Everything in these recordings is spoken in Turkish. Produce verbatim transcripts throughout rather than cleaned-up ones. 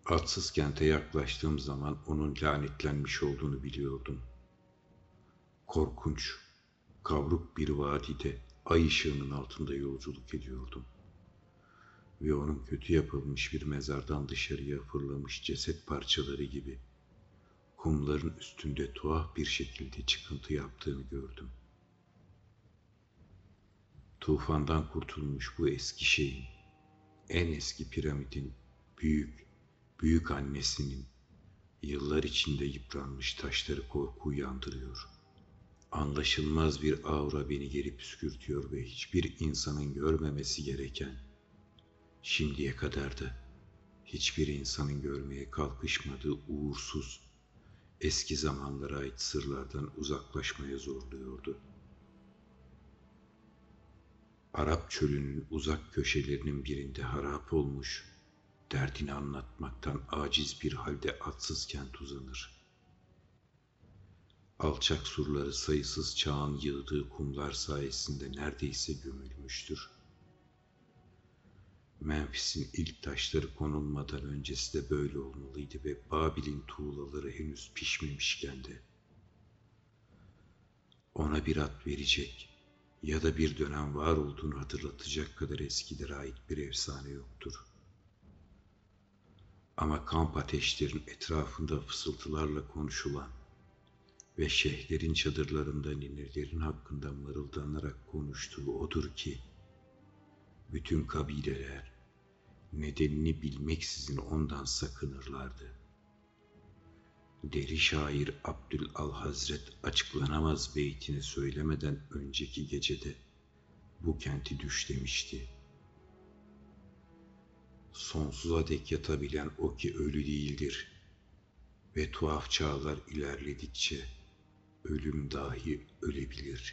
Adsız kente yaklaştığım zaman onun lanetlenmiş olduğunu biliyordum. Korkunç, kavruk bir vadide ay ışığının altında yolculuk ediyordum. Ve onun kötü yapılmış bir mezardan dışarıya fırlamış ceset parçaları gibi kumların üstünde tuhaf bir şekilde çıkıntı yaptığını gördüm. Tufandan kurtulmuş bu eski şeyin, en eski piramidin büyük, büyük annesinin yıllar içinde yıpranmış taşları korku uyandırıyor. Anlaşılmaz bir aura beni geri püskürtüyor ve hiçbir insanın görmemesi gereken, şimdiye kadar da hiçbir insanın görmeye kalkışmadığı uğursuz, eski zamanlara ait sırlardan uzaklaşmaya zorluyordu. Arap çölünün uzak köşelerinin birinde harap olmuş, derdini anlatmaktan aciz bir halde atsız kent uzanır. Alçak surları sayısız çağın yığdığı kumlar sayesinde neredeyse gömülmüştür. Memphis'in ilk taşları konulmadan öncesi de böyle olmalıydı ve Babil'in tuğlaları henüz pişmemişken de ona bir ad verecek ya da bir dönem var olduğunu hatırlatacak kadar eskilere ait bir efsane yoktur. Ama kamp ateşlerin etrafında fısıltılarla konuşulan ve şeyhlerin çadırlarında ninelerin hakkında mırıldanarak konuştuğu odur ki, bütün kabileler nedenini bilmeksizin ondan sakınırlardı. Deli şair Abdülalhazret açıklanamaz beytini söylemeden önceki gecede bu kenti düşlemişti. Sonsuza dek yatabilen o ki ölü değildir ve tuhaf çağlar ilerledikçe ölüm dahi ölebilir.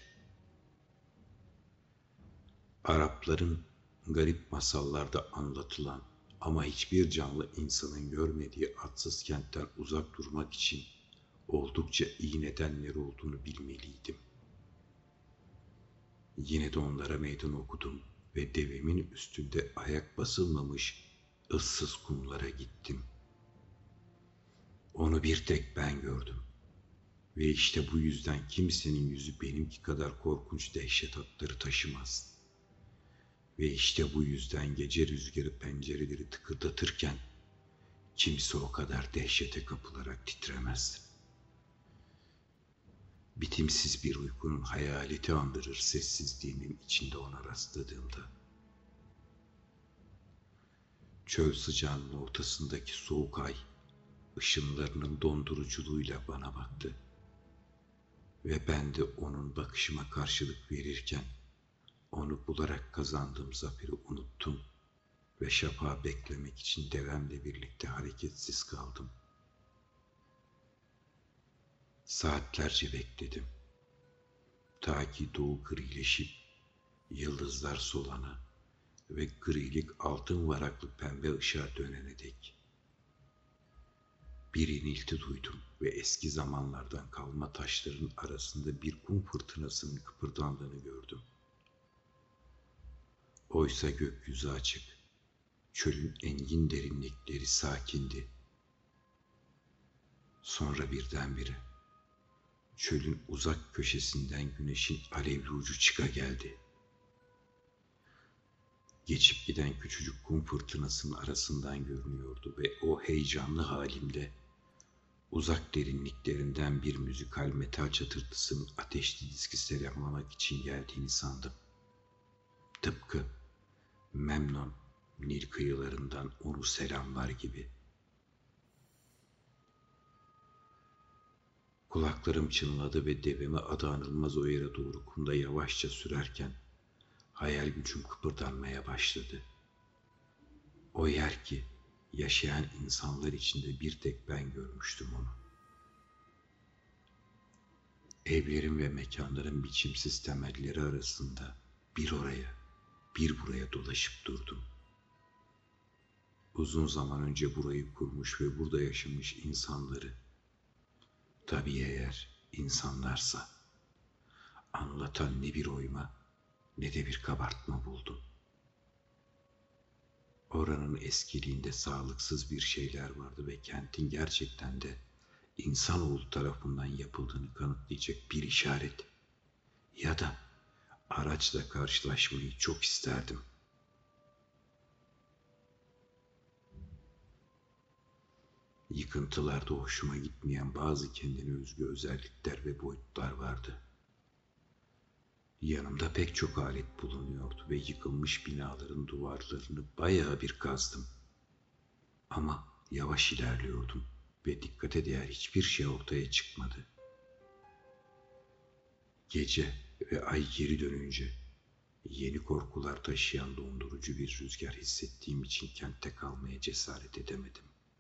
Arapların garip masallarda anlatılan ama hiçbir canlı insanın görmediği adsız kentten uzak durmak için oldukça iyi nedenleri olduğunu bilmeliydim. Yine de onlara meydan okudum ve devemin üstünde ayak basılmamış ıssız kumlara gittim. Onu bir tek ben gördüm. Ve işte bu yüzden kimsenin yüzü benimki kadar korkunç dehşet hatları taşımaz. Ve işte bu yüzden gece rüzgarı pencereleri tıkırdatırken kimse o kadar dehşete kapılarak titremez. Bitimsiz bir uykunun hayaleti andırır sessizliğinin içinde ona rastladığımda. Çöl sıcağının ortasındaki soğuk ay ışınlarının donduruculuğuyla bana baktı. Ve ben de onun bakışıma karşılık verirken onu bularak kazandığım zaferi unuttum ve şafağı beklemek için devemle birlikte hareketsiz kaldım. Saatlerce bekledim. Ta ki doğu grileşip yıldızlar solana ve grilik altın varaklı pembe ışığa dönene dek. Bir inilti duydum ve eski zamanlardan kalma taşların arasında bir kum fırtınasının kıpırdandığını gördüm. Oysa gökyüzü açık, çölün engin derinlikleri sakindi. Sonra birdenbire çölün uzak köşesinden güneşin alevli ucu çıka geldi. Geçip giden küçücük kum fırtınasının arasından görünüyordu ve o heyecanlı halimde uzak derinliklerinden bir müzikal metal çatırtısının ateşli diski selamlamak için geldiğini sandım. Tıpkı Memnon Nil kıyılarından onu selamlar gibi. Kulaklarım çınladı ve devemi adı anılmaz o yere doğru kumda yavaşça sürerken hayal gücüm kıpırdanmaya başladı. O yer ki yaşayan insanlar içinde bir tek ben görmüştüm onu. Evlerin ve mekanların biçimsiz temelleri arasında bir oraya, bir buraya dolaşıp durdum. Uzun zaman önce burayı kurmuş ve burada yaşamış insanları, tabii eğer insanlarsa, anlatan ne bir oyma ne de bir kabartma buldum. Oranın eskiliğinde sağlıksız bir şeyler vardı ve kentin gerçekten de insanoğlu tarafından yapıldığını kanıtlayacak bir işaret ya da araçla karşılaşmayı çok isterdim. Yıkıntılarda hoşuma gitmeyen bazı kendine özgü özellikler ve boyutlar vardı. Yanımda pek çok alet bulunuyordu ve yıkılmış binaların duvarlarını bayağı bir kazdım. Ama yavaş ilerliyordum ve dikkate değer hiçbir şey ortaya çıkmadı. Gece ve ay geri dönünce yeni korkular taşıyan dondurucu bir rüzgar hissettiğim için kentte kalmaya cesaret edemedim.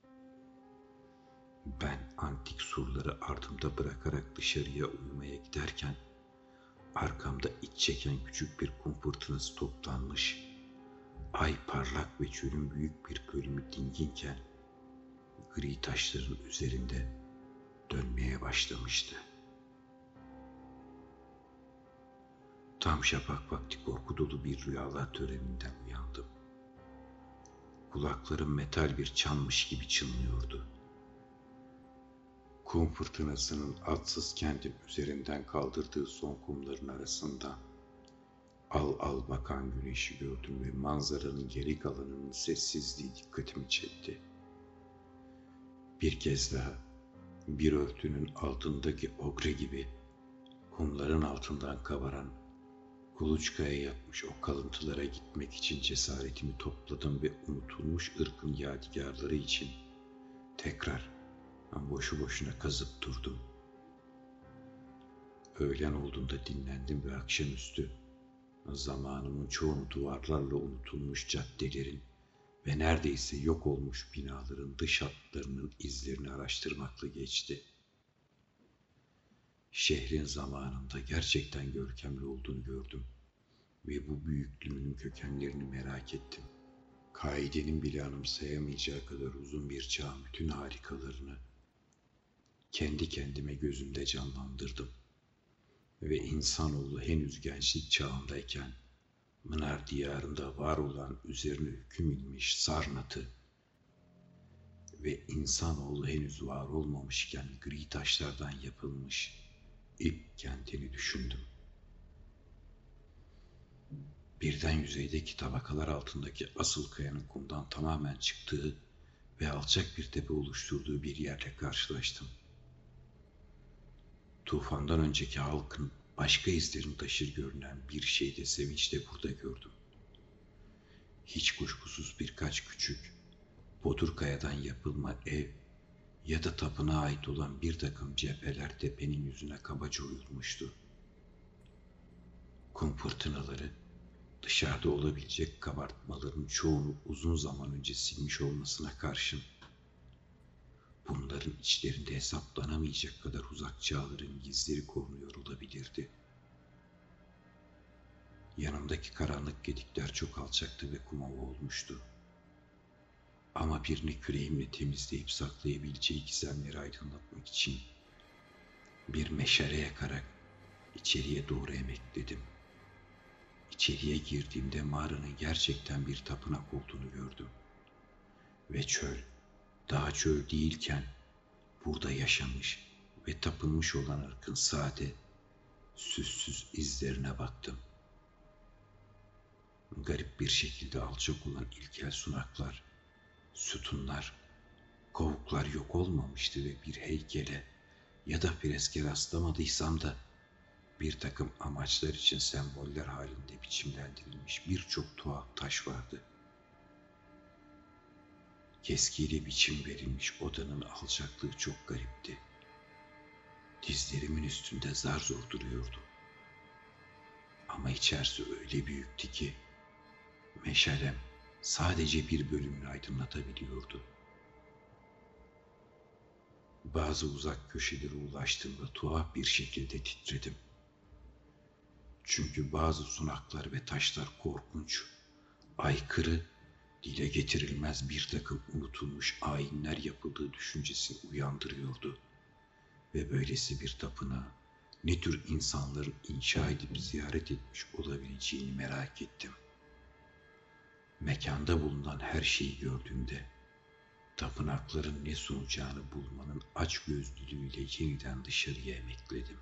Ben antik surları ardımda bırakarak dışarıya uyumaya giderken arkamda iç çeken küçük bir kum fırtınası toplanmış. Ay parlak ve çölün büyük bir bölümü dinginken gri taşların üzerinde dönmeye başlamıştı. Tam şafak vakti korku dolu bir rüyalar töreninden uyandım. Kulaklarım metal bir çanmış gibi çınlıyordu. Kum fırtınasının adsız kentin üzerinden kaldırdığı son kumların arasında al al bakan güneşi gördüm ve manzaranın geri kalanının sessizliği dikkatimi çekti. Bir kez daha bir örtünün altındaki ogre gibi kumların altından kabaran kuluçkaya yatmış o kalıntılara gitmek için cesaretimi topladım ve unutulmuş ırkın yadigarları için tekrar boşu boşuna kazıp durdum. Öğlen olduğunda dinlendim ve akşamüstü zamanımın çoğunu duvarlarla unutulmuş caddelerin ve neredeyse yok olmuş binaların dış hatlarının izlerini araştırmakla geçti. Şehrin zamanında gerçekten görkemli olduğunu gördüm ve bu büyüklüğünün kökenlerini merak ettim. Kaidenin bile anımsayamayacağı kadar uzun bir çağın bütün harikalarını kendi kendime gözümde canlandırdım. Ve insanoğlu henüz gençlik çağındayken Mınar diyarında var olan üzerine hüküm inmiş Sarnat'ı ve insanoğlu henüz var olmamışken gri taşlardan yapılmış İp kentini düşündüm. Birden yüzeydeki tabakalar altındaki asıl kayanın kumdan tamamen çıktığı ve alçak bir tepe oluşturduğu bir yerle karşılaştım. Tufandan önceki halkın başka izlerini taşır görünen bir şey de sevinçle burada gördüm. Hiç kuşkusuz birkaç küçük, bodur kayadan yapılma ev ya da tapınağa ait olan bir takım cepheler tepenin yüzüne kabaca oyulmuştu. Kum fırtınaları dışarıda olabilecek kabartmaların çoğunu uzun zaman önce silmiş olmasına karşın bunların içlerinde hesaplanamayacak kadar uzak çağların gizleri korunuyor olabilirdi. Yanımdaki karanlık gedikler çok alçaktı ve kuma olmuştu. Ama birini küreğimle temizleyip saklayabileceği gizemleri aydınlatmak için bir meşale yakarak içeriye doğru emekledim. İçeriye girdiğimde mağaranın gerçekten bir tapınak olduğunu gördüm. Ve çöl, daha çöl değilken burada yaşamış ve tapınmış olan ırkın sade, süssüz izlerine baktım. Garip bir şekilde alçak olan ilkel sunaklar, sütunlar, kovuklar yok olmamıştı ve bir heykele ya da freske rastlamadıysam da bir takım amaçlar için semboller halinde biçimlendirilmiş birçok tuhaf taş vardı. Keskiyle biçim verilmiş odanın alçaklığı çok garipti. Dizlerimin üstünde zar zor duruyordu. Ama içerisi öyle büyüktü ki meşalem sadece bir bölümünü aydınlatabiliyordu. Bazı uzak köşelere ulaştığımda tuhaf bir şekilde titredim. Çünkü bazı sunaklar ve taşlar korkunç, aykırı, dile getirilmez bir takım unutulmuş ayinler yapıldığı düşüncesini uyandırıyordu. Ve böylesi bir tapınağı ne tür insanların inşa edip ziyaret etmiş olabileceğini merak ettim. Mekanda bulunan her şeyi gördüğümde tapınakların ne sunacağını bulmanın açgözlülüğüyle yeniden dışarıya emekledim.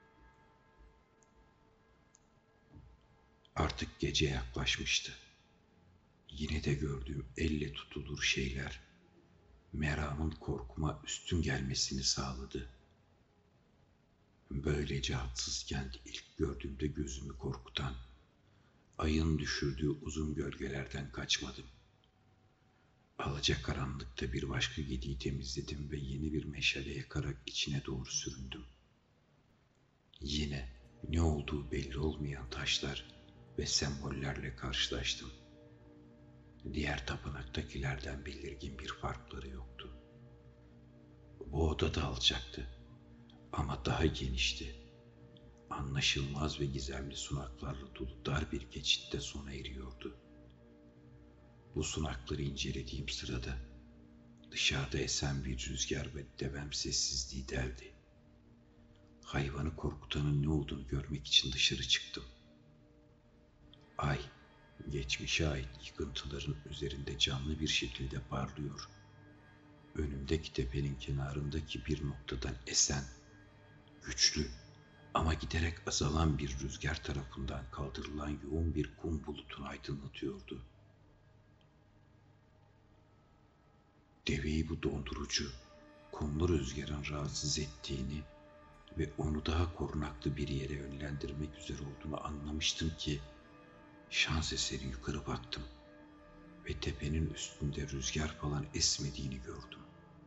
Artık gece yaklaşmıştı. Yine de gördüğüm elle tutulur şeyler meramın korkuma üstün gelmesini sağladı. Böylece hadsızken ilk gördüğümde gözümü korkutan, ayın düşürdüğü uzun gölgelerden kaçmadım. Alacakaranlıkta bir başka gediği temizledim ve yeni bir meşale yakarak içine doğru süründüm. Yine ne olduğu belli olmayan taşlar ve sembollerle karşılaştım. Diğer tapınaktakilerden belirgin bir farkları yoktu. Bu oda da alacaktı ama daha genişti. Anlaşılmaz ve gizemli sunaklarla dolu dar bir geçitte sona eriyordu. Bu sunakları incelediğim sırada dışarıda esen bir rüzgar ve devem sessizliği deldi. Hayvanı korkutanın ne olduğunu görmek için dışarı çıktım. Ay, geçmişe ait yıkıntıların üzerinde canlı bir şekilde parlıyor. Önümdeki tepenin kenarındaki bir noktadan esen, güçlü ama giderek azalan bir rüzgar tarafından kaldırılan yoğun bir kum bulutunu aydınlatıyordu. Deveyi bu dondurucu, kumlu rüzgarın rahatsız ettiğini ve onu daha korunaklı bir yere yönlendirmek üzere olduğunu anlamıştım ki şans eseri yukarı baktım ve tepenin üstünde rüzgar falan esmediğini gördüm.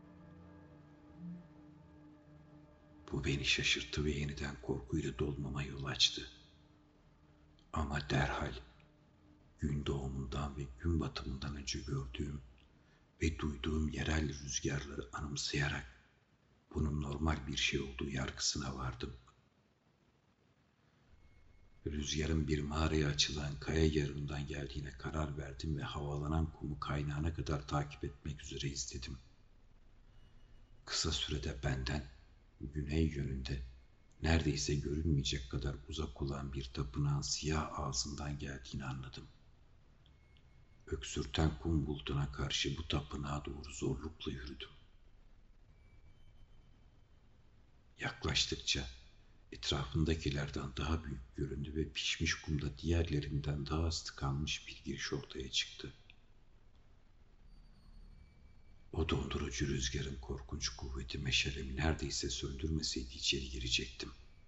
Bu beni şaşırttı ve yeniden korkuyla dolmama yol açtı. Ama derhal gün doğumundan ve gün batımından önce gördüğüm ve duyduğum yerel rüzgarları anımsayarak bunun normal bir şey olduğu yargısına vardım. Rüzgarın bir mağaraya açılan kaya yarığından geldiğine karar verdim ve havalanan kumu kaynağına kadar takip etmek üzere izledim. Kısa sürede benden güney yönünde neredeyse görünmeyecek kadar uzak olan bir tapınağın siyah ağzından geldiğini anladım. Öksürten kum bulutuna karşı bu tapınağa doğru zorlukla yürüdüm. Yaklaştıkça etrafındakilerden daha büyük göründü ve pişmiş kumda diğerlerinden daha az tıkanmış bir giriş ortaya çıktı. O dondurucu rüzgarın korkunç kuvveti meşalemi neredeyse söndürmeseydi içeri girecektim.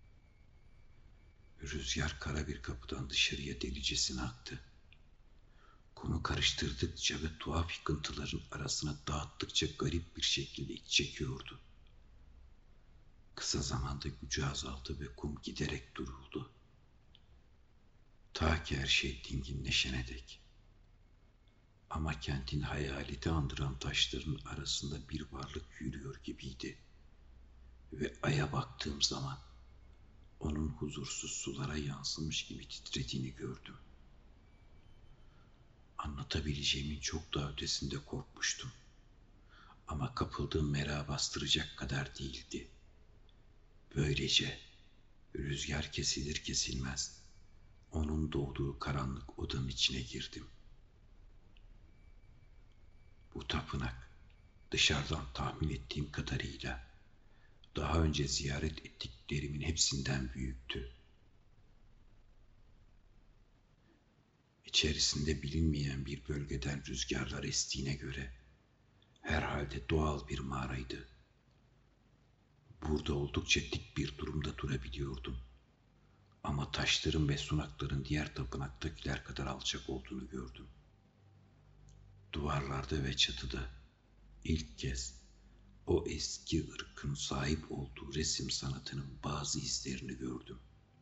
Rüzgar kara bir kapıdan dışarıya delicesine aktı. Kumu karıştırdıkça ve tuhaf yıkıntıların arasına dağıttıkça garip bir şekilde iç çekiyordu. Kısa zamanda gücü azaldı ve kum giderek duruldu. Ta ki her şey dinginleşene dek. Ama kentin hayaleti andıran taşların arasında bir varlık yürüyor gibiydi. Ve aya baktığım zaman onun huzursuz sulara yansımış gibi titrediğini gördüm. Anlatabileceğimin çok daha ötesinde korkmuştum. Ama kapıldığım merakı bastıracak kadar değildi. Böylece rüzgar kesilir kesilmez onun doğduğu karanlık odanın içine girdim. Bu tapınak dışarıdan tahmin ettiğim kadarıyla daha önce ziyaret ettiklerimin hepsinden büyüktü. İçerisinde bilinmeyen bir bölgeden rüzgarlar estiğine göre herhalde doğal bir mağaraydı. Burada oldukça dik bir durumda durabiliyordum. Ama taşların ve sunakların diğer tapınaktakiler kadar alçak olduğunu gördüm. Duvarlarda ve çatıda ilk kez o eski ırkın sahip olduğu resim sanatının bazı izlerini gördüm.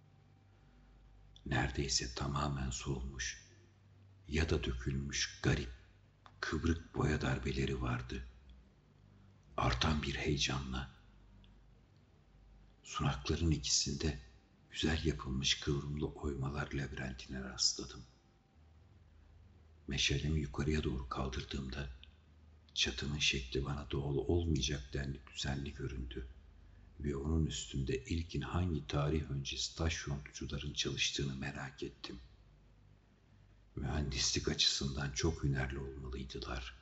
Neredeyse tamamen solmuş ya da dökülmüş garip, kıvrık boya darbeleri vardı. Artan bir heyecanla sunakların ikisinde güzel yapılmış kıvrımlı oymalar labirentine rastladım. Meşalemi yukarıya doğru kaldırdığımda çatının şekli bana doğal olmayacak denli düzenli göründü ve onun üstünde ilkin hangi tarih öncesi taş yontücülerin çalıştığını merak ettim. Mühendislik açısından çok hünerli olmalıydılar.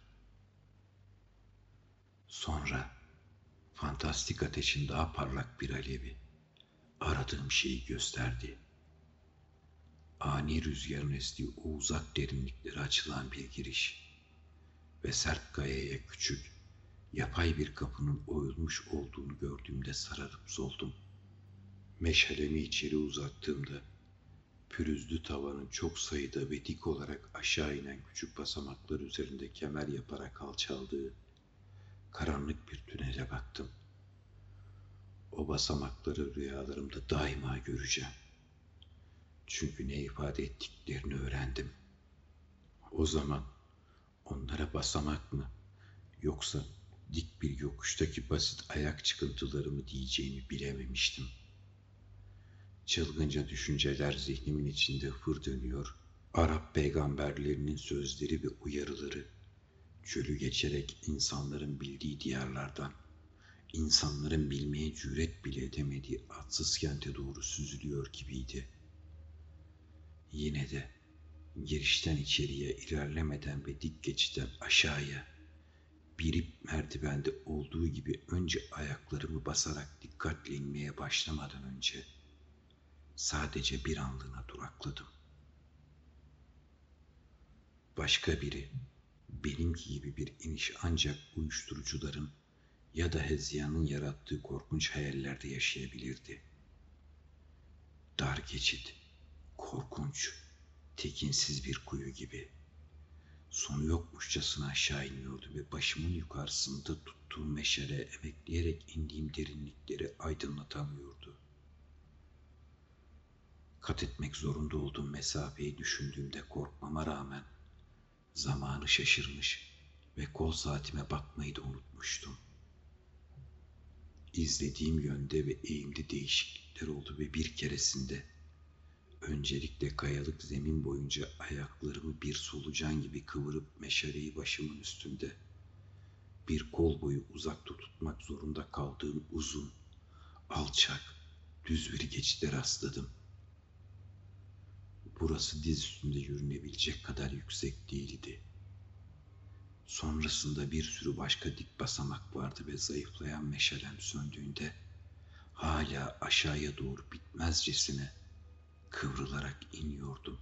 Sonra fantastik ateşin daha parlak bir alevi aradığım şeyi gösterdi. Ani rüzgarın estiği o uzak derinliklere açılan bir giriş ve sert kayaya küçük, yapay bir kapının oyulmuş olduğunu gördüğümde sararıp soldum. Meşalemi içeri uzattığımda pürüzlü tavanın çok sayıda ve dik olarak aşağı inen küçük basamaklar üzerinde kemer yaparak alçaldığı karanlık bir tünele baktım. O basamakları rüyalarımda daima göreceğim. Çünkü ne ifade ettiklerini öğrendim. O zaman onlara basamak mı yoksa dik bir yokuştaki basit ayak çıkıntıları mı diyeceğimi bilememiştim. Çılgınca düşünceler zihnimin içinde fır dönüyor. Arap peygamberlerinin sözleri ve uyarıları çölü geçerek insanların bildiği diyarlardan, insanların bilmeye cüret bile edemediği adsız kente doğru süzülüyor gibiydi. Yine de girişten içeriye ilerlemeden ve dik geçitten aşağıya bir ip merdivende olduğu gibi önce ayaklarımı basarak dikkatle inmeye başlamadan önce sadece bir anlığına durakladım. Başka biri benimki gibi bir iniş ancak uyuşturucuların ya da hezyanın yarattığı korkunç hayallerde yaşayabilirdi. Dar geçit, korkunç, tekinsiz bir kuyu gibi. Sonu yokmuşçasına aşağı iniyordu ve başımın yukarısında tuttuğum meşale emekleyerek indiğim derinlikleri aydınlatamıyordu. Kat etmek zorunda olduğum mesafeyi düşündüğümde korkmama rağmen zamanı şaşırmış ve kol saatime bakmayı da unutmuştum. İzlediğim yönde ve eğimde değişiklikler oldu ve bir keresinde öncelikle kayalık zemin boyunca ayaklarımı bir solucan gibi kıvırıp meşaleyi başımın üstünde bir kol boyu uzakta tutmak zorunda kaldığım uzun, alçak, düz bir geçide rastladım. Burası diz üstünde yürünebilecek kadar yüksek değildi. Sonrasında bir sürü başka dik basamak vardı ve zayıflayan meşalem söndüğünde hala aşağıya doğru bitmezcesine kıvrılarak iniyordum.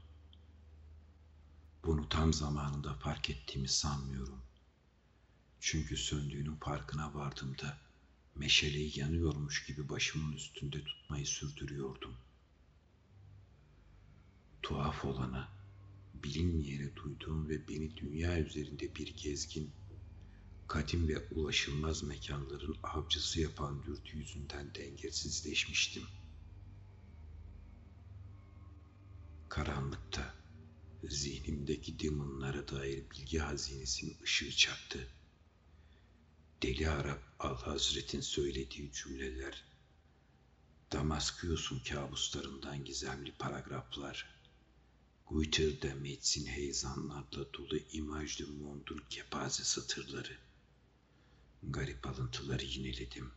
Bunu tam zamanında fark ettiğimi sanmıyorum. Çünkü söndüğünün farkına vardığımda meşaleyi yanıyormuş gibi başımın üstünde tutmayı sürdürüyordum. Tuhaf olana, bilinmeyene duyduğum ve beni dünya üzerinde bir gezgin, kadim ve ulaşılmaz mekanların avcısı yapan dürtü yüzünden dengesizleşmiştim. Karanlıkta zihnimdeki demonlara dair bilgi hazinesinin ışığı çaktı. Deli Arap Alhazret'in söylediği cümleler, Damaskiyos'un kabuslarından gizemli paragraflar, Guiter de Metz'in heyecanlarla dolu Image du Monde'un kepaze satırları. Garip alıntıları yineledim.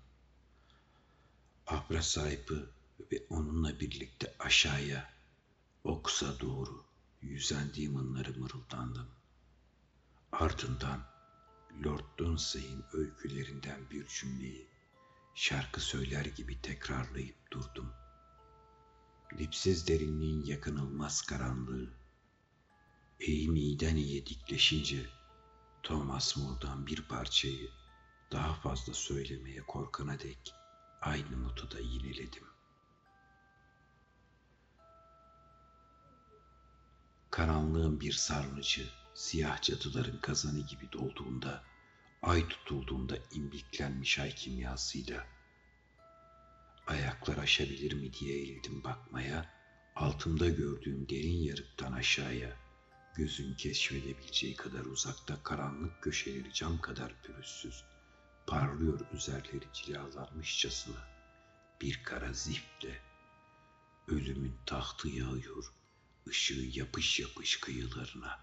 Abra sahipı ve onunla birlikte aşağıya, Oks'a doğru yüzen demonları mırıldandım. Ardından Lord Dunsey'in öykülerinden bir cümleyi şarkı söyler gibi tekrarlayıp durdum. Dipsiz derinliğin yakınılmaz karanlığı, eğim iyiden iyiye dikleşince Thomas More'dan bir parçayı daha fazla söylemeye korkana dek aynı notada yineledim. Karanlığın bir sarnıcı, siyah cadıların kazanı gibi dolduğunda, ay tutulduğunda imbiklenmiş ay kimyasıyla ayaklar aşabilir mi diye eğildim bakmaya, altımda gördüğüm derin yarıktan aşağıya, gözün keşfedebileceği kadar uzakta karanlık köşeleri cam kadar pürüzsüz, parlıyor üzerleri cilalanmışçasına bir kara ziftle, ölümün tahtı yağıyor, ışığı yapış yapış kıyılarına.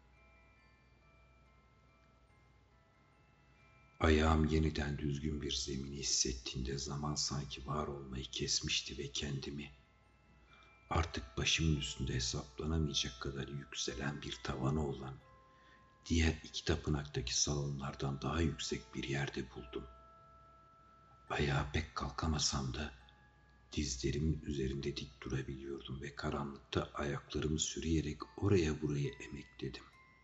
Ayağım yeniden düzgün bir zemini hissettiğinde zaman sanki var olmayı kesmişti ve kendimi Artık başımın üstünde hesaplanamayacak kadar yükselen bir tavanı olan diğer iki tapınaktaki salonlardan daha yüksek bir yerde buldum. Ayağa pek kalkamasam da dizlerimin üzerinde dik durabiliyordum ve karanlıkta ayaklarımı sürüyerek oraya buraya emekledim.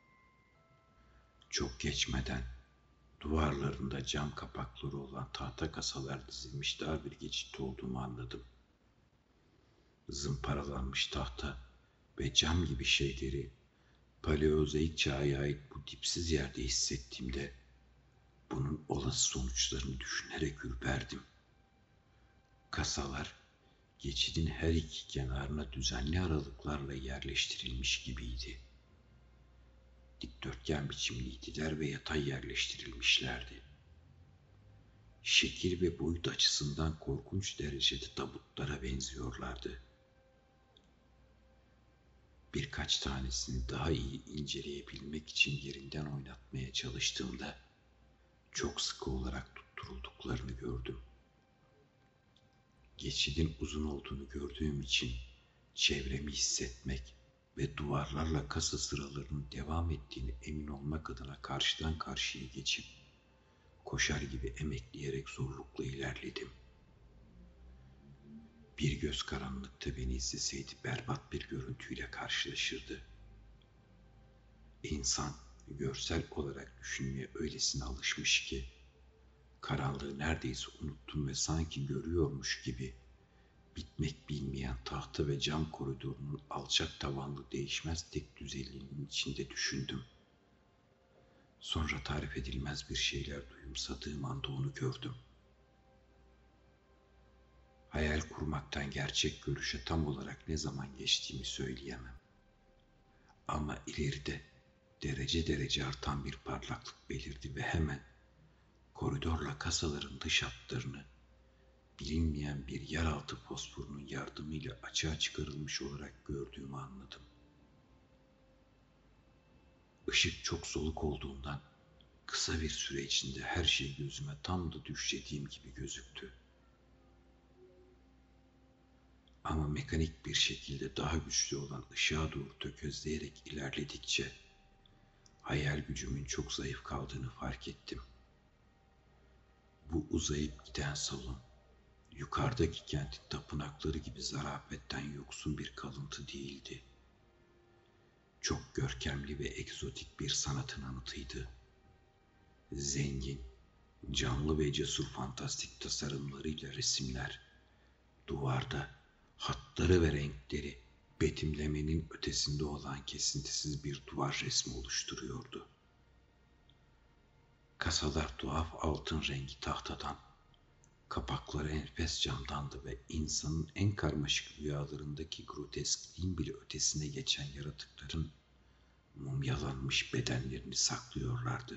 Çok geçmeden duvarlarında cam kapakları olan tahta kasalar dizilmiş dar bir geçitte olduğumu anladım. Zımparalanmış tahta ve cam gibi şeyleri Paleozoik çağa ait bu dipsiz yerde hissettiğimde bunun olası sonuçlarını düşünerek ürperdim. Kasalar geçidin her iki kenarına düzenli aralıklarla yerleştirilmiş gibiydi. Dikdörtgen biçimliydiler ve yatay yerleştirilmişlerdi. Şekil ve boyut açısından korkunç derecede tabutlara benziyorlardı. Birkaç tanesini daha iyi inceleyebilmek için yerinden oynatmaya çalıştığımda çok sıkı olarak tutturulduklarını gördüm. Geçidin uzun olduğunu gördüğüm için çevremi hissetmek ve duvarlarla kasa sıralarının devam ettiğini emin olmak adına karşıdan karşıya geçip koşar gibi emekleyerek zorlukla ilerledim. Bir göz karanlıkta beni izleseydi berbat bir görüntüyle karşılaşırdı. İnsan görsel olarak düşünmeye öylesine alışmış ki karanlığı neredeyse unuttum ve sanki görüyormuş gibi bitmek bilmeyen tahta ve cam koridorunun alçak tavanlı değişmez tek düzeliğinin içinde düşündüm. Sonra tarif edilmez bir şeyler duyumsadığım anda onu gördüm. Hayal kurmaktan gerçek görüşe tam olarak ne zaman geçtiğimi söyleyemem. Ama ileride derece derece artan bir parlaklık belirdi ve hemen koridorla kasaların dış hatlarını bilinmeyen bir yeraltı fosforunun yardımıyla açığa çıkarılmış olarak gördüğümü anladım. Işık çok soluk olduğundan kısa bir süre içinde her şey gözüme tam da düşlediğim gibi gözüktü. Ama mekanik bir şekilde daha güçlü olan ışığa doğru tökezleyerek ilerledikçe hayal gücümün çok zayıf kaldığını fark ettim. Bu uzayıp giden salon, yukarıdaki kentin tapınakları gibi zarafetten yoksun bir kalıntı değildi. Çok görkemli ve egzotik bir sanatın anıtıydı. Zengin, canlı ve cesur fantastik tasarımlarıyla resimler, duvarda hatları ve renkleri betimlemenin ötesinde olan kesintisiz bir duvar resmi oluşturuyordu. Kasalar tuhaf altın rengi tahtadan, kapakları enfes camdandı ve insanın en karmaşık rüyalarındaki groteskliğin bile ötesine geçen yaratıkların mumyalanmış bedenlerini saklıyorlardı.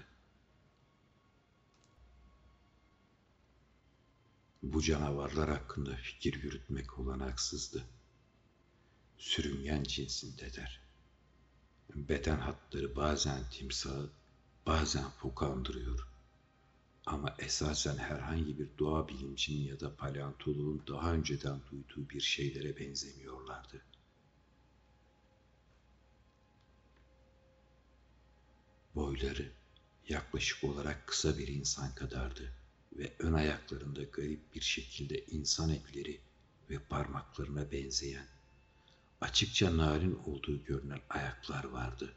Bu canavarlar hakkında fikir yürütmek olanaksızdı. Sürüngen cinsindeler. Beden hatları bazen timsahı, bazen foku andırıyor. Ama esasen herhangi bir doğa bilimcinin ya da paleontoloğun daha önceden duyduğu bir şeylere benzemiyorlardı. Boyları yaklaşık olarak kısa bir insan kadardı ve ön ayaklarında garip bir şekilde insan elleri ve parmaklarına benzeyen, açıkça narin olduğu görünen ayaklar vardı.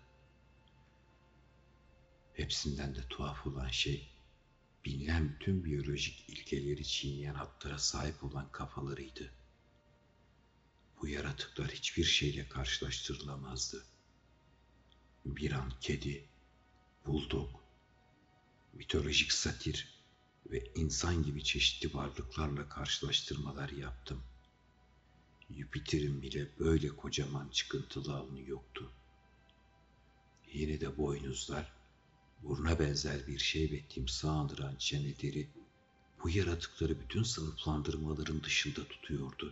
Hepsinden de tuhaf olan şey, bilinen bütün biyolojik ilkeleri çiğneyen hatlara sahip olan kafalarıydı. Bu yaratıklar hiçbir şeyle karşılaştırılamazdı. Bir an kedi, buldog, mitolojik satir ve insan gibi çeşitli varlıklarla karşılaştırmalar yaptım. Jüpiter'in bile böyle kocaman çıkıntılı alnı yoktu. Yine de boynuzlar, buruna benzer bir şey ve timsah andıran çeneleri bu yaratıkları bütün sınıflandırmaların dışında tutuyordu.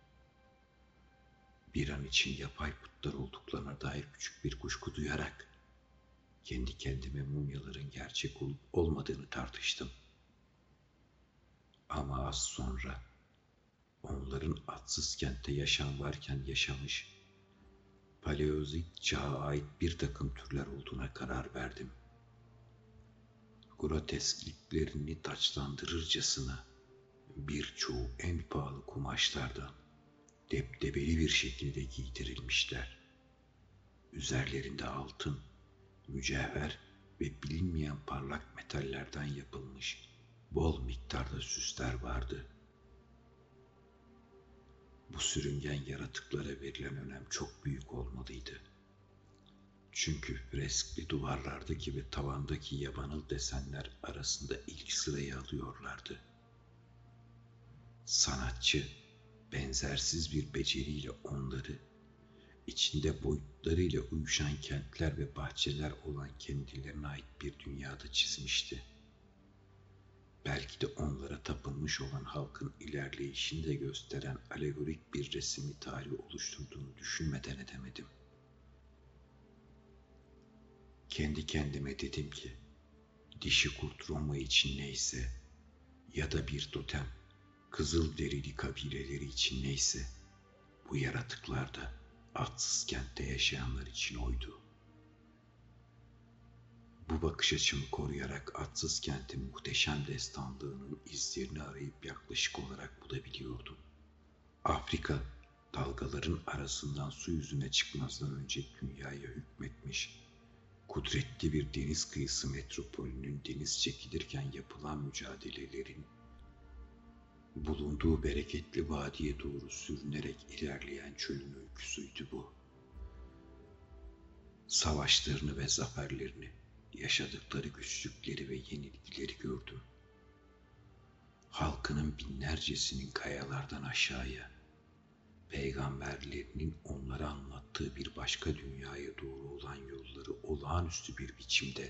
Bir an için yapay putlar olduklarına dair küçük bir kuşku duyarak kendi kendime mumyaların gerçek olup olmadığını tartıştım. Ama az sonra onların adsız kentte yaşam varken yaşamış, Paleozoik çağa ait bir takım türler olduğuna karar verdim. Groteskliklerini taçlandırırcasına birçoğu en pahalı kumaşlardan debdebeli bir şekilde giydirilmişler. Üzerlerinde altın, mücevher ve bilinmeyen parlak metallerden yapılmış bol miktarda süsler vardı. Bu sürüngen yaratıklara verilen önem çok büyük olmalıydı. Çünkü freskli duvarlardaki ve tavandaki yabanıl desenler arasında ilk sırayı alıyorlardı. Sanatçı, benzersiz bir beceriyle onları, içinde boyutlarıyla uyuşan kentler ve bahçeler olan kendilerine ait bir dünyada çizmişti. Belki de onlara tapınmış olan halkın ilerleyişini de gösteren alegorik bir resmi tarih oluşturduğunu düşünmeden edemedim. Kendi kendime dedim ki, dişi kurt Roma için neyse ya da bir totem, kızıl derili kabileleri için neyse, bu yaratıklar da adsız kentte yaşayanlar için oydu. Bu bakış açımı koruyarak adsız kentin muhteşem destanlığının izlerini arayıp yaklaşık olarak bulabiliyordum. Afrika, dalgaların arasından su yüzüne çıkmazdan önce dünyaya hükmetmiş, kudretli bir deniz kıyısı metropolünün deniz çekilirken yapılan mücadelelerin, bulunduğu bereketli vadiye doğru sürünerek ilerleyen çölün öyküsüydü bu. Savaşlarını ve zaferlerini, yaşadıkları güçlükleri ve yenilgileri gördüm. Halkının binlercesinin kayalardan aşağıya, peygamberlerinin onlara anlattığı bir başka dünyaya doğru olan yolları olağanüstü bir biçimde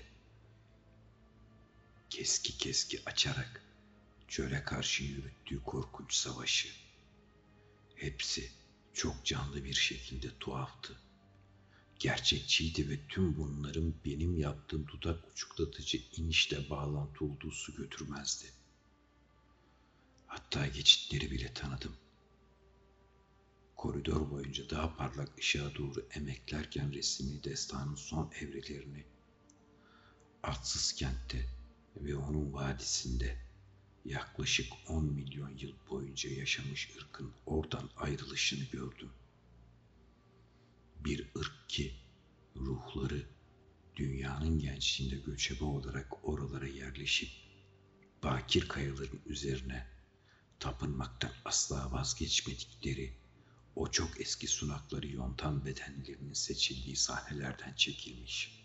keski keski açarak çöle karşı yürüttüğü korkunç savaşı. Hepsi çok canlı bir şekilde tuhaftı. Gerçekçiydi ve tüm bunların benim yaptığım dudak uçuklatıcı inişle bağlantı olduğu su götürmezdi. Hatta geçitleri bile tanıdım. Koridor boyunca daha parlak ışığa doğru emeklerken resmi destanın son evrelerini, adsız kentte ve onun vadisinde yaklaşık on milyon yıl boyunca yaşamış ırkın oradan ayrılışını gördüm. Bir ırk ki ruhları dünyanın gençliğinde göçebe olarak oralara yerleşip bakir kayaların üzerine tapınmaktan asla vazgeçmedikleri o çok eski sunakları yontan bedenlerinin seçildiği sahnelerden çekilmiş.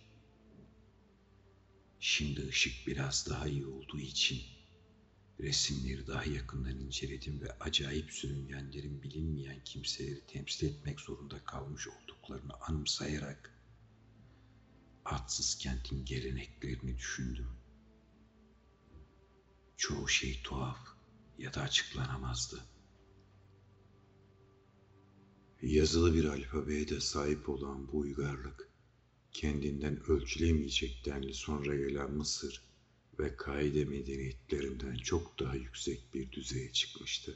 Şimdi ışık biraz daha iyi olduğu için resimleri daha yakından inceledim ve acayip sürüngenlerin bilinmeyen kimseleri temsil etmek zorunda kalmış olduklarını anımsayarak adsız kentin geleneklerini düşündüm. Çoğu şey tuhaf ya da açıklanamazdı. Yazılı bir alfabeye de sahip olan bu uygarlık, kendinden ölçülemeyecek denli sonra gelen Mısır ve Kaide medeniyetlerinden çok daha yüksek bir düzeye çıkmıştı.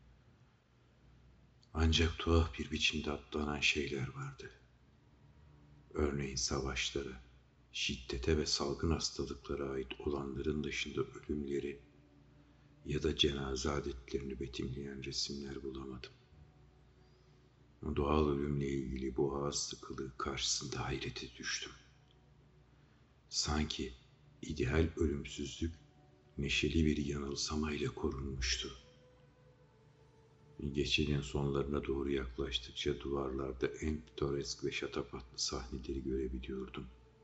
Ancak tuhaf bir biçimde atlanan şeyler vardı. Örneğin savaşlara, şiddete ve salgın hastalıklara ait olanların dışında ölümleri ya da cenaze adetlerini betimleyen resimler bulamadım. Doğal ölümle ilgili bu ağız sıkılığı karşısında hayrete düştüm. Sanki ideal ölümsüzlük neşeli bir yanılsamayla korunmuştu. Geçidin sonlarına doğru yaklaştıkça duvarlarda en pitoresk ve şatafatlı sahneleri görebiliyordum.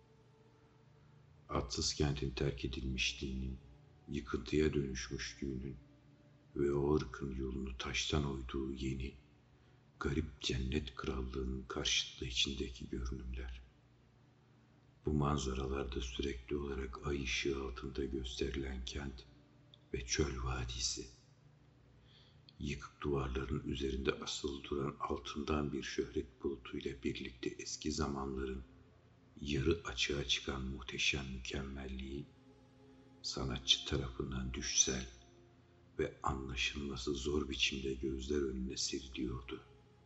Adsız kentin terk edilmişliğinin, yıkıntıya dönüşmüşlüğünün ve o ırkın yolunu taştan oyduğu yeni, garip cennet krallığının karşıtlığı içindeki görünümler. Bu manzaralarda sürekli olarak ay ışığı altında gösterilen kent ve çöl vadisi, yıkık duvarların üzerinde asılı duran altından bir şöhret bulutuyla birlikte eski zamanların yarı açığa çıkan muhteşem mükemmelliği, sanatçı tarafından düşsel, ve anlaşılması zor biçimde gözler önüne seriliyordu.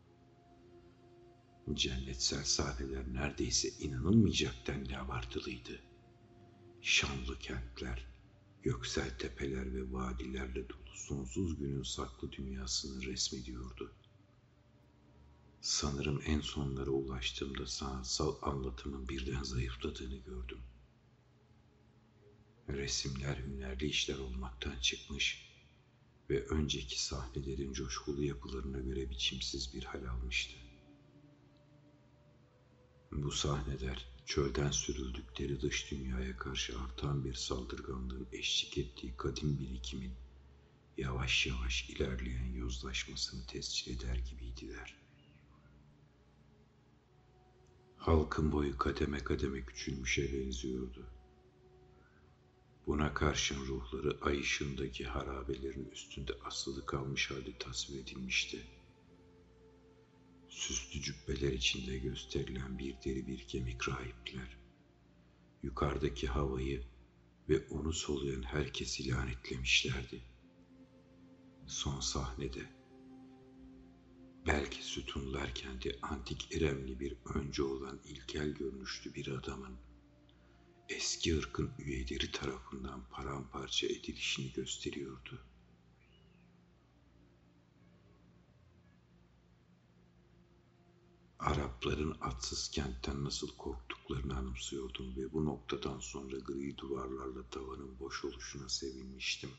Cennetsel sahneler neredeyse inanılmayacak denli abartılıydı. Şanlı kentler, göksel tepeler ve vadilerle dolu sonsuz günün saklı dünyasını resmediyordu. Sanırım en sonlara ulaştığımda sanatsal anlatımın birden zayıfladığını gördüm. Resimler hünerli işler olmaktan çıkmış ve önceki sahnelerin coşkulu yapılarına göre biçimsiz bir hal almıştı. Bu sahneler, çölden sürüldükleri dış dünyaya karşı artan bir saldırganlığın eşlik ettiği kadim birikimin yavaş yavaş ilerleyen yozlaşmasını tescil eder gibiydiler. Halkın boyu kademe kademe küçülmüşe benziyordu. Buna karşın ruhları ay ışığındaki harabelerin üstünde asılı kalmış halde tasvir edilmişti. Süslü cübbeler içinde gösterilen bir deri bir kemik rahipler, yukarıdaki havayı ve onu soluyan herkesi lanetlemişlerdi. Son sahnede, belki sütunlar kenti antik İremli bir önce olan ilkel görünüşlü bir adamın, eski ırkın üyeleri tarafından paramparça edilişini gösteriyordu. Arapların atsız kentten nasıl korktuklarını anımsıyordum ve bu noktadan sonra gri duvarlarla tavanın boş oluşuna sevinmiştim.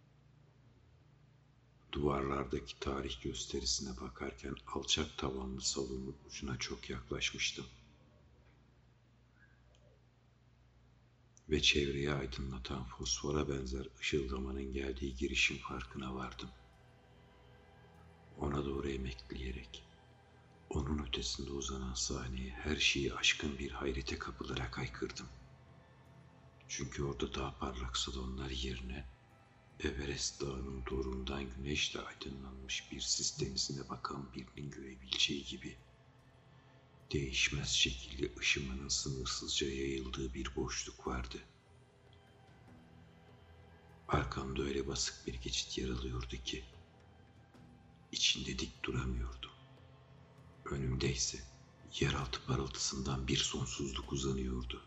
Duvarlardaki tarih gösterisine bakarken alçak tavanlı salonun ucuna çok yaklaşmıştım. Ve çevreyi aydınlatan fosfora benzer ışıldamanın geldiği girişin farkına vardım. Ona doğru emekleyerek, onun ötesinde uzanan sahneye her şeyi aşkın bir hayrete kapılarak haykırdım. Çünkü orada daha parlak salonlar yerine Everest Dağı'nın dorundan güneşle aydınlanmış bir sis denizine bakan birinin görebileceği gibi değişmez şekilli ışımanın sınırsızca yayıldığı bir boşluk vardı. Arkamda öyle basık bir geçit yer alıyordu ki içinde dik duramıyordum. Önümde ise yeraltı parıltısından bir sonsuzluk uzanıyordu.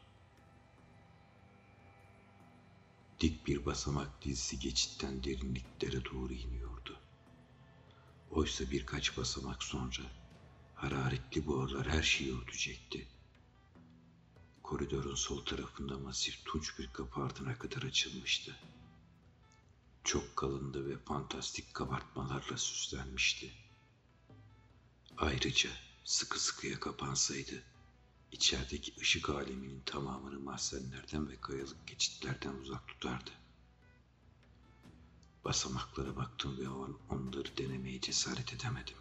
Dik bir basamak dizisi geçitten derinliklere doğru iniyordu. Oysa birkaç basamak sonra hararetli buharlar her şeyi örtecekti. Koridorun sol tarafında masif tunç bir kapı ardına kadar açılmıştı. Çok kalındı ve fantastik kabartmalarla süslenmişti. Ayrıca sıkı sıkıya kapansaydı, içerideki ışık aleminin tamamını mahzenlerden ve kayalık geçitlerden uzak tutardı. Basamaklara baktım ve o an onları denemeye cesaret edemedim.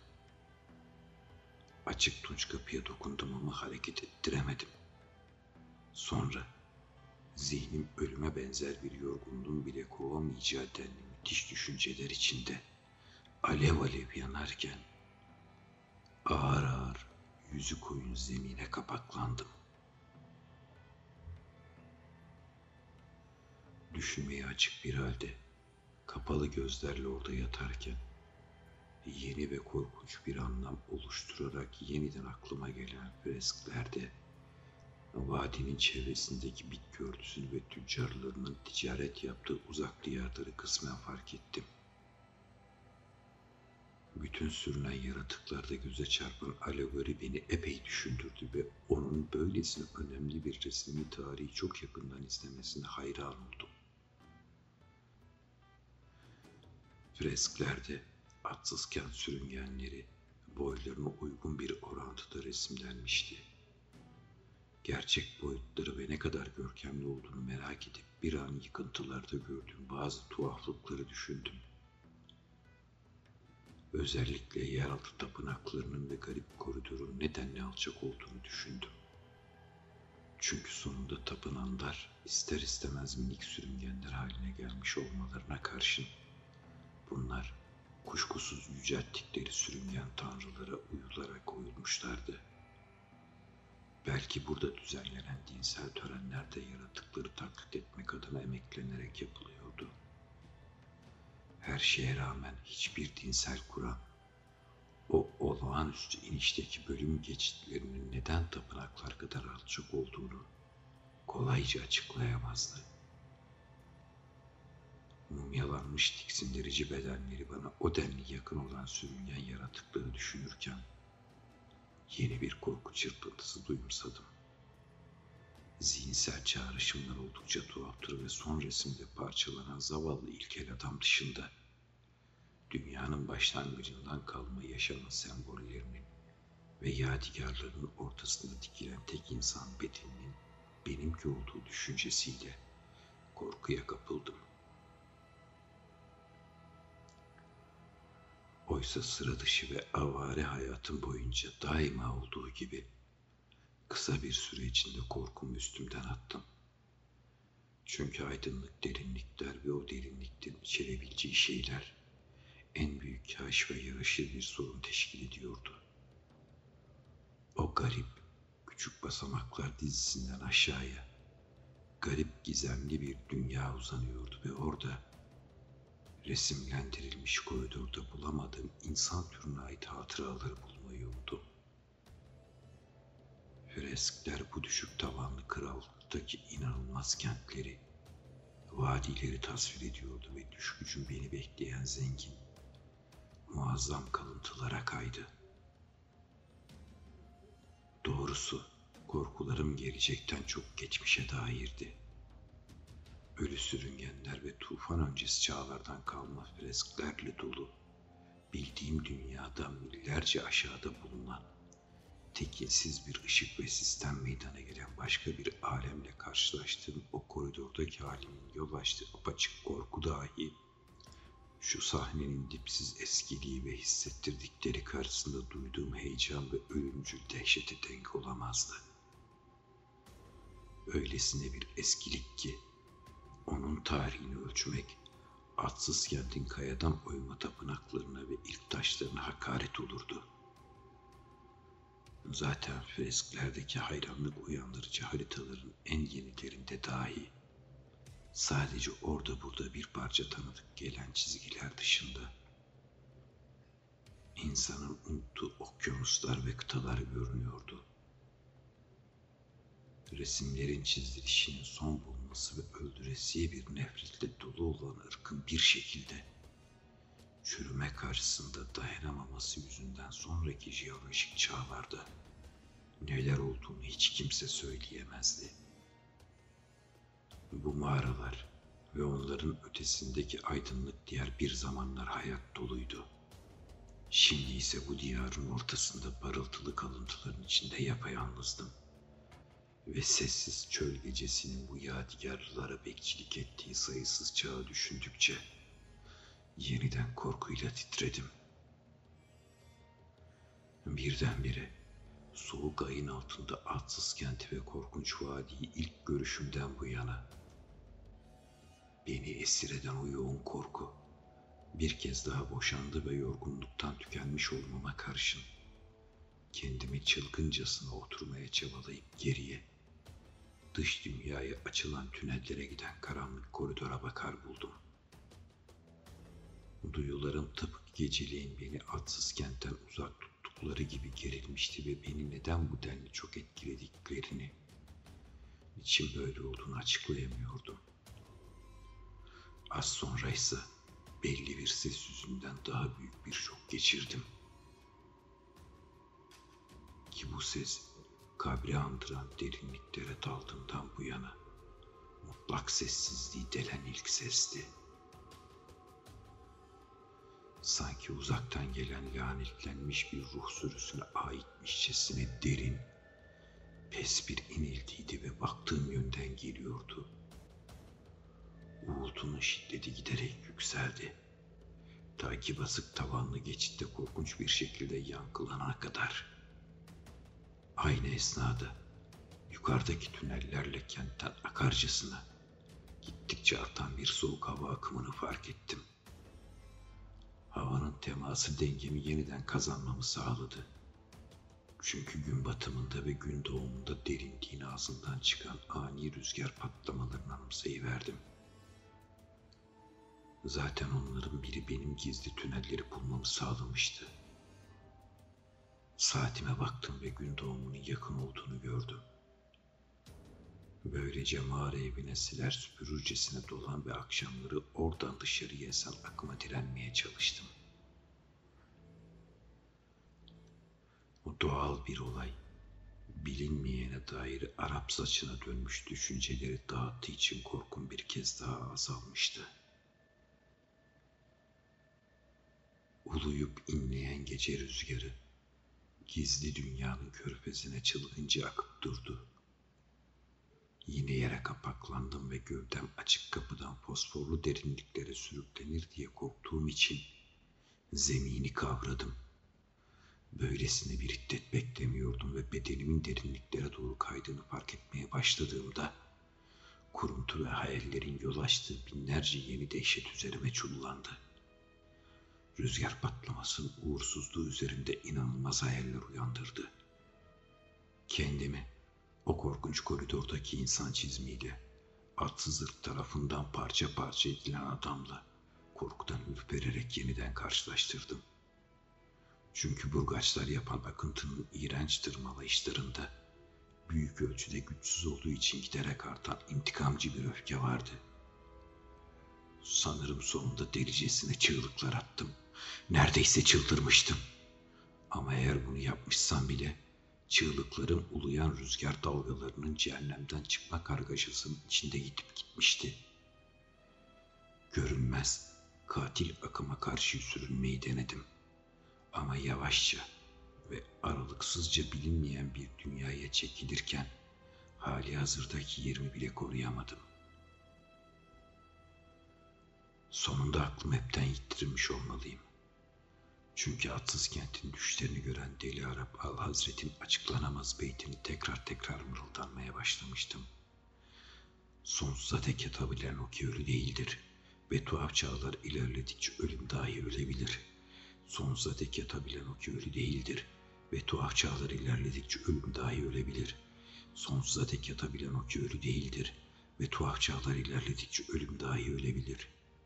Açık tunç kapıya dokundum ama hareket ettiremedim. Sonra zihnim ölüme benzer bir yorgunluğun bile kovamayacağı denli müthiş düşünceler içinde alev alev yanarken ağır ağır yüzü koyun zemine kapaklandım. Düşünmeye açık bir halde kapalı gözlerle orada yatarken yeni ve korkunç bir anlam oluşturarak yeniden aklıma gelen fresklerde vadinin çevresindeki bitki örtüsünü ve tüccarlarının ticaret yaptığı uzak diyarları kısmen fark ettim. Bütün sürünen yaratıklarda göze çarpan alegori beni epey düşündürdü ve onun böylesine önemli bir resmi tarihi çok yakından izlemesine hayran oldum. Fresklerde atsız kent sürüngenleri boylarına uygun bir orantıda resimlenmişti. Gerçek boyutları ve ne kadar görkemli olduğunu merak edip bir an yıkıntılarda gördüğüm bazı tuhaflıkları düşündüm. Özellikle yeraltı tapınaklarının ve garip koridorun nedenle alçak olduğunu düşündüm. Çünkü sonunda tapınanlar ister istemez minik sürüngenler haline gelmiş olmalarına karşın bunlar kuşkusuz yücelttikleri sürüngen tanrılara uyularak koyulmuşlardı. Belki burada düzenlenen dinsel törenler de yaratıkları taklit etmek adına emeklenerek yapılıyordu. her şeye rağmen hiçbir dinsel kuram, o olağanüstü inişteki bölüm geçitlerinin neden tapınaklar kadar alçak olduğunu kolayca açıklayamazdı. Mumyalanmış tiksindirici bedenleri bana o denli yakın olan sürüngen yaratıkları düşünürken yeni bir korku çırpıntısı duyumsadım. Zihinsel çağrışımlar oldukça tuhaftır ve son resimde parçalanan zavallı ilkel adam dışında dünyanın başlangıcından kalma yaşamın sembollerinin ve yadigarlarının ortasında dikilen tek insan bedeninin benimki olduğu düşüncesiyle korkuya kapıldım. Oysa sıra dışı ve avare hayatım boyunca daima olduğu gibi kısa bir süre içinde korkumu üstümden attım. Çünkü aydınlık derinlikler ve o derinliklerin içerebileceği şeyler en büyük kaş ve yaraşır bir sorun teşkil ediyordu. O garip, küçük basamaklar dizisinden aşağıya, garip gizemli bir dünya uzanıyordu ve orada, resimlendirilmiş koridorda bulamadığım insan türüne ait hatıraları bulmayı umdum. Freskler bu düşük tavanlı krallıktaki inanılmaz kentleri, vadileri tasvir ediyordu ve düş gücün beni bekleyen zengin, muazzam kalıntılara kaydı. Doğrusu korkularım gelecekten çok geçmişe dairdi. Ölü sürüngenler ve tufan öncesi çağlardan kalma fresklerle dolu, bildiğim dünyadan millerce aşağıda bulunan, tekinsiz bir ışık ve sistem meydana gelen başka bir alemle karşılaştığım o koridordaki halimin yol açtığı apaçık korku dahi, şu sahnenin dipsiz eskiliği ve hissettirdikleri karşısında duyduğum heyecan ve ölümcül dehşete denk olamazdı. Öylesine bir eskilik ki, onun tarihini ölçmek, adsız kentin kayadan oyma tapınaklarına ve ilk taşlarına hakaret olurdu. Zaten fresklerdeki hayranlık uyandırıcı haritaların en yenilerinde dahi, sadece orada burada bir parça tanıdık gelen çizgiler dışında, insanın unuttuğu okyanuslar ve kıtalar görünüyordu. Resimlerin çizilişinin son bulması ve öldüresiye bir nefretle dolu olan ırkın bir şekilde çürüme karşısında dayanamaması yüzünden sonraki jeolojik çağlarda neler olduğunu hiç kimse söyleyemezdi. Bu mağaralar ve onların ötesindeki aydınlık diyar bir zamanlar hayat doluydu. Şimdi ise bu diyarın ortasında parıltılı kalıntıların içinde yapayalnızdım. Ve sessiz çöl gecesinin bu yadigarlara bekçilik ettiği sayısız çağı düşündükçe yeniden korkuyla titredim. Birdenbire soğuk ayın altında adsız kenti ve korkunç vadiyi ilk görüşümden bu yana beni esir eden o yoğun korku bir kez daha boşandı ve yorgunluktan tükenmiş olmama karşın kendimi çılgıncasına oturmaya çabalayıp geriye, dış dünyaya açılan tünellere giden karanlık koridora bakar buldum. Duyularım tıpkı geceleyin beni adsız kentten uzak tuttukları gibi gerilmişti ve beni neden bu denli çok etkilediklerini, niçin böyle olduğunu açıklayamıyordum. Az sonra ise belli bir ses yüzünden daha büyük bir şok geçirdim. Ki bu ses kabri andıran derinliklere daldığımdan bu yana mutlak sessizliği delen ilk sesti. Sanki uzaktan gelen lanetlenmiş bir ruh sürüsüne aitmişçesine derin, pes bir iniltiydi ve baktığım yönden geliyordu. Uğultunun şiddeti giderek yükseldi. Ta ki basık tavanlı geçitte korkunç bir şekilde yankılanana kadar. Aynı esnada yukarıdaki tünellerle kentten akarcasına gittikçe artan bir soğuk hava akımını fark ettim. Havanın teması dengemi yeniden kazanmamı sağladı. Çünkü gün batımında ve gün doğumunda derinliğin ağzından çıkan ani rüzgar patlamalarını anımsayıverdim. Zaten onların biri benim gizli tünelleri bulmamı sağlamıştı. Saatime baktım ve gün doğumunun yakın olduğunu gördüm. Böylece mağara evine siler süpürürcesine dolan ve akşamları oradan dışarıya esen akıma direnmeye çalıştım. O doğal bir olay, bilinmeyene dair Arap saçına dönmüş düşünceleri dağıttığı için korkum bir kez daha azalmıştı. Uluyup inleyen gece rüzgarı, gizli dünyanın körfezine çılgınca akıp durdu. Yine yere kapaklandım ve gövdem açık kapıdan fosforlu derinliklere sürüklenir diye korktuğum için zemini kavradım. Böylesine bir hiddet beklemiyordum ve bedenimin derinliklere doğru kaydığını fark etmeye başladığımda kuruntu ve hayallerin yol açtığı binlerce yeni dehşet üzerime çullandı. Rüzgar patlamasının uğursuzluğu üzerinde inanılmaz hayaller uyandırdı. Kendimi o korkunç koridordaki insan çizimiyle, atsız ırk tarafından parça parça edilen adamla korkudan ürpererek yeniden karşılaştırdım. Çünkü burgaçlar yapan akıntının iğrenç tırmalayışlarında büyük ölçüde güçsüz olduğu için giderek artan intikamcı bir öfke vardı. Sanırım sonunda delicesine çığlıklar attım. Neredeyse çıldırmıştım. Ama eğer bunu yapmışsam bile çığlıklarım uluyan rüzgar dalgalarının cehennemden çıkma kargaşasının içinde yitip gitmişti. Görünmez, katil akıma karşı sürünmeyi denedim. Ama yavaşça ve aralıksızca bilinmeyen bir dünyaya çekilirken hali hazırdaki yerimi bile koruyamadım. Sonunda aklım hepten yittirilmiş olmalıyım. Çünkü atsız kentin düşlerini gören Deli Arap Al Hazret'in açıklanamaz beytini tekrar tekrar mırıldanmaya başlamıştım. Sonsuza dek yatabilen o ki ölü değildir ve tuhaf çağlar ilerledikçe ölüm dahi ölebilir. Sonsuza dek yatabilen o ki ölü değildir ve tuhaf çağlar ilerledikçe ölüm dahi ölebilir. Sonsuza dek yatabilen o ki ölü değildir ve tuhaf çağlar ilerledikçe ölüm dahi ölebilir.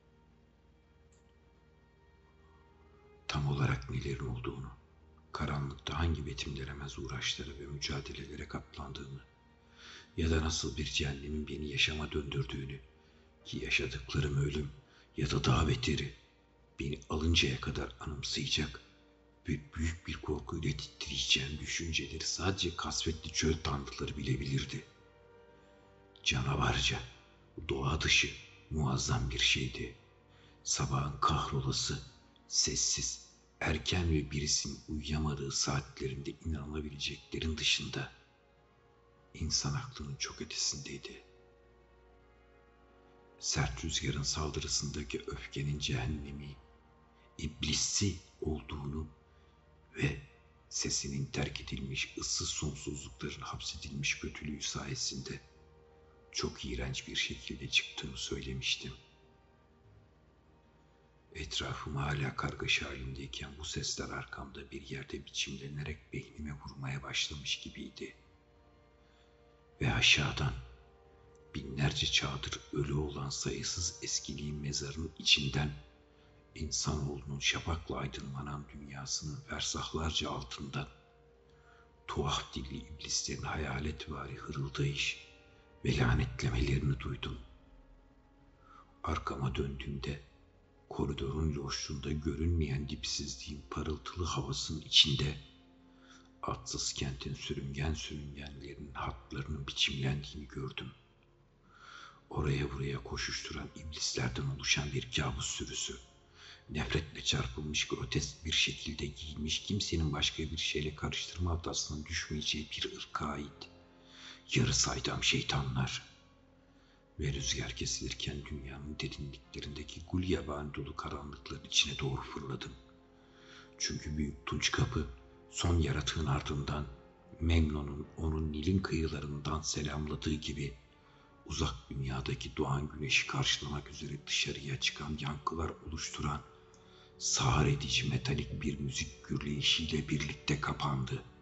Tam olarak nelerin olduğunu, karanlıkta hangi betimlenemez uğraşlara ve mücadelelere katlandığımı ya da nasıl bir cehennemin beni yaşama döndürdüğünü ki yaşadıklarım ölüm ya da daha beteri beni alıncaya kadar anımsayacak ve büyük bir korkuyla titreyeceğim düşünceleri sadece kasvetli çöl tanrıları bilebilirdi. Canavarca, doğa dışı, muazzam bir şeydi. Sabahın kahrolası, sessiz, erken ve birisinin uyuyamadığı saatlerinde inanılabileceklerin dışında insan aklının çok ötesindeydi. Sert rüzgarın saldırısındaki öfkenin cehennemi, iblisi olduğunu ve sesinin terk edilmiş ıssız sonsuzlukların hapsedilmiş kötülüğü sayesinde çok iğrenç bir şekilde çıktığını söylemiştim. Etrafım hala kargaşa halindeyken bu sesler arkamda bir yerde biçimlenerek beynime vurmaya başlamış gibiydi. Ve aşağıdan binlerce çağdır ölü olan sayısız eskiliğin mezarının içinden insanoğlunun şafakla aydınlanan dünyasının fersahlarca altından tuhaf dilli iblislerin hayaletvari hırıldayış ve lanetlemelerini duydum. Arkama döndüğümde koridorun loşluğunda görünmeyen dipsizliğin parıltılı havasının içinde atsız kentin sürüngen sürüngenlerinin hatlarının biçimlendiğini gördüm. Oraya buraya koşuşturan iblislerden oluşan bir kabus sürüsü, nefretle çarpılmış grotesk bir şekilde giyinmiş kimsenin başka bir şeyle karıştırma hatasına düşmeyeceği bir ırka ait yarı saydam şeytanlar. Ve rüzgar kesilirken dünyanın derinliklerindeki gul yabani dolu karanlıkların içine doğru fırladım. Çünkü büyük tunç kapı son yaratığın ardından Memnon'un onu Nil'in kıyılarından selamladığı gibi uzak dünyadaki doğan güneşi karşılamak üzere dışarıya çıkan yankılar oluşturan sağır edici metalik bir müzik gürleyişiyle birlikte kapandı.